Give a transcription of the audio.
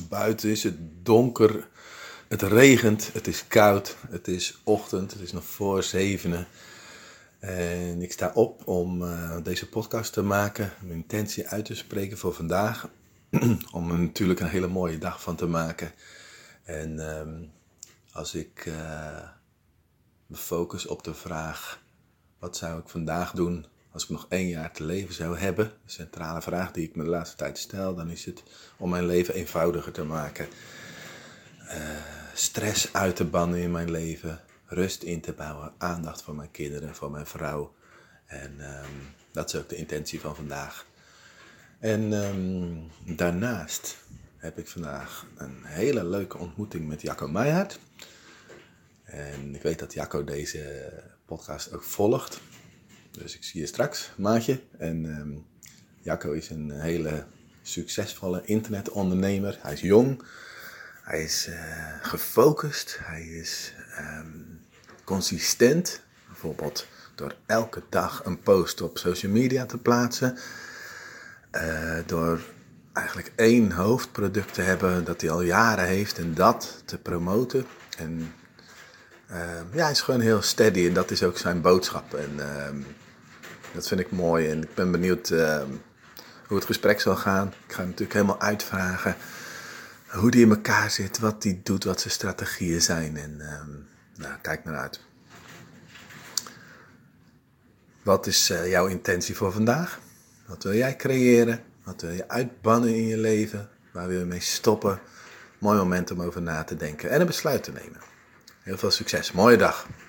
Buiten is het donker, het regent, het is koud, het is ochtend, het is nog voor 7. En ik sta op om deze podcast te maken, mijn intentie uit te spreken voor vandaag. Om er natuurlijk een hele mooie dag van te maken. En als ik me focus op de vraag, wat zou ik vandaag doen als ik nog 1 jaar te leven zou hebben? De centrale vraag die ik me de laatste tijd stel, dan is het om mijn leven eenvoudiger te maken. Stress uit te bannen in mijn leven, rust in te bouwen, aandacht voor mijn kinderen, voor mijn vrouw. En dat is ook de intentie van vandaag. En daarnaast heb ik vandaag een hele leuke ontmoeting met Jacco Meijhard. En ik weet dat Jacco deze podcast ook volgt. Dus ik zie je straks, maatje. En Jacco is een hele succesvolle internetondernemer. Hij is jong. Hij is gefocust. Hij is consistent. Bijvoorbeeld door elke dag een post op social media te plaatsen. Door eigenlijk 1 hoofdproduct te hebben dat hij al jaren heeft en dat te promoten. En hij is gewoon heel steady en dat is ook zijn boodschap. En dat vind ik mooi en ik ben benieuwd hoe het gesprek zal gaan. Ik ga hem natuurlijk helemaal uitvragen hoe die in elkaar zit, wat hij doet, wat zijn strategieën zijn. En kijk naar uit. Wat is jouw intentie voor vandaag? Wat wil jij creëren? Wat wil je uitbannen in je leven? Waar wil je mee stoppen? Mooi moment om over na te denken en een besluit te nemen. Heel veel succes. Mooie dag.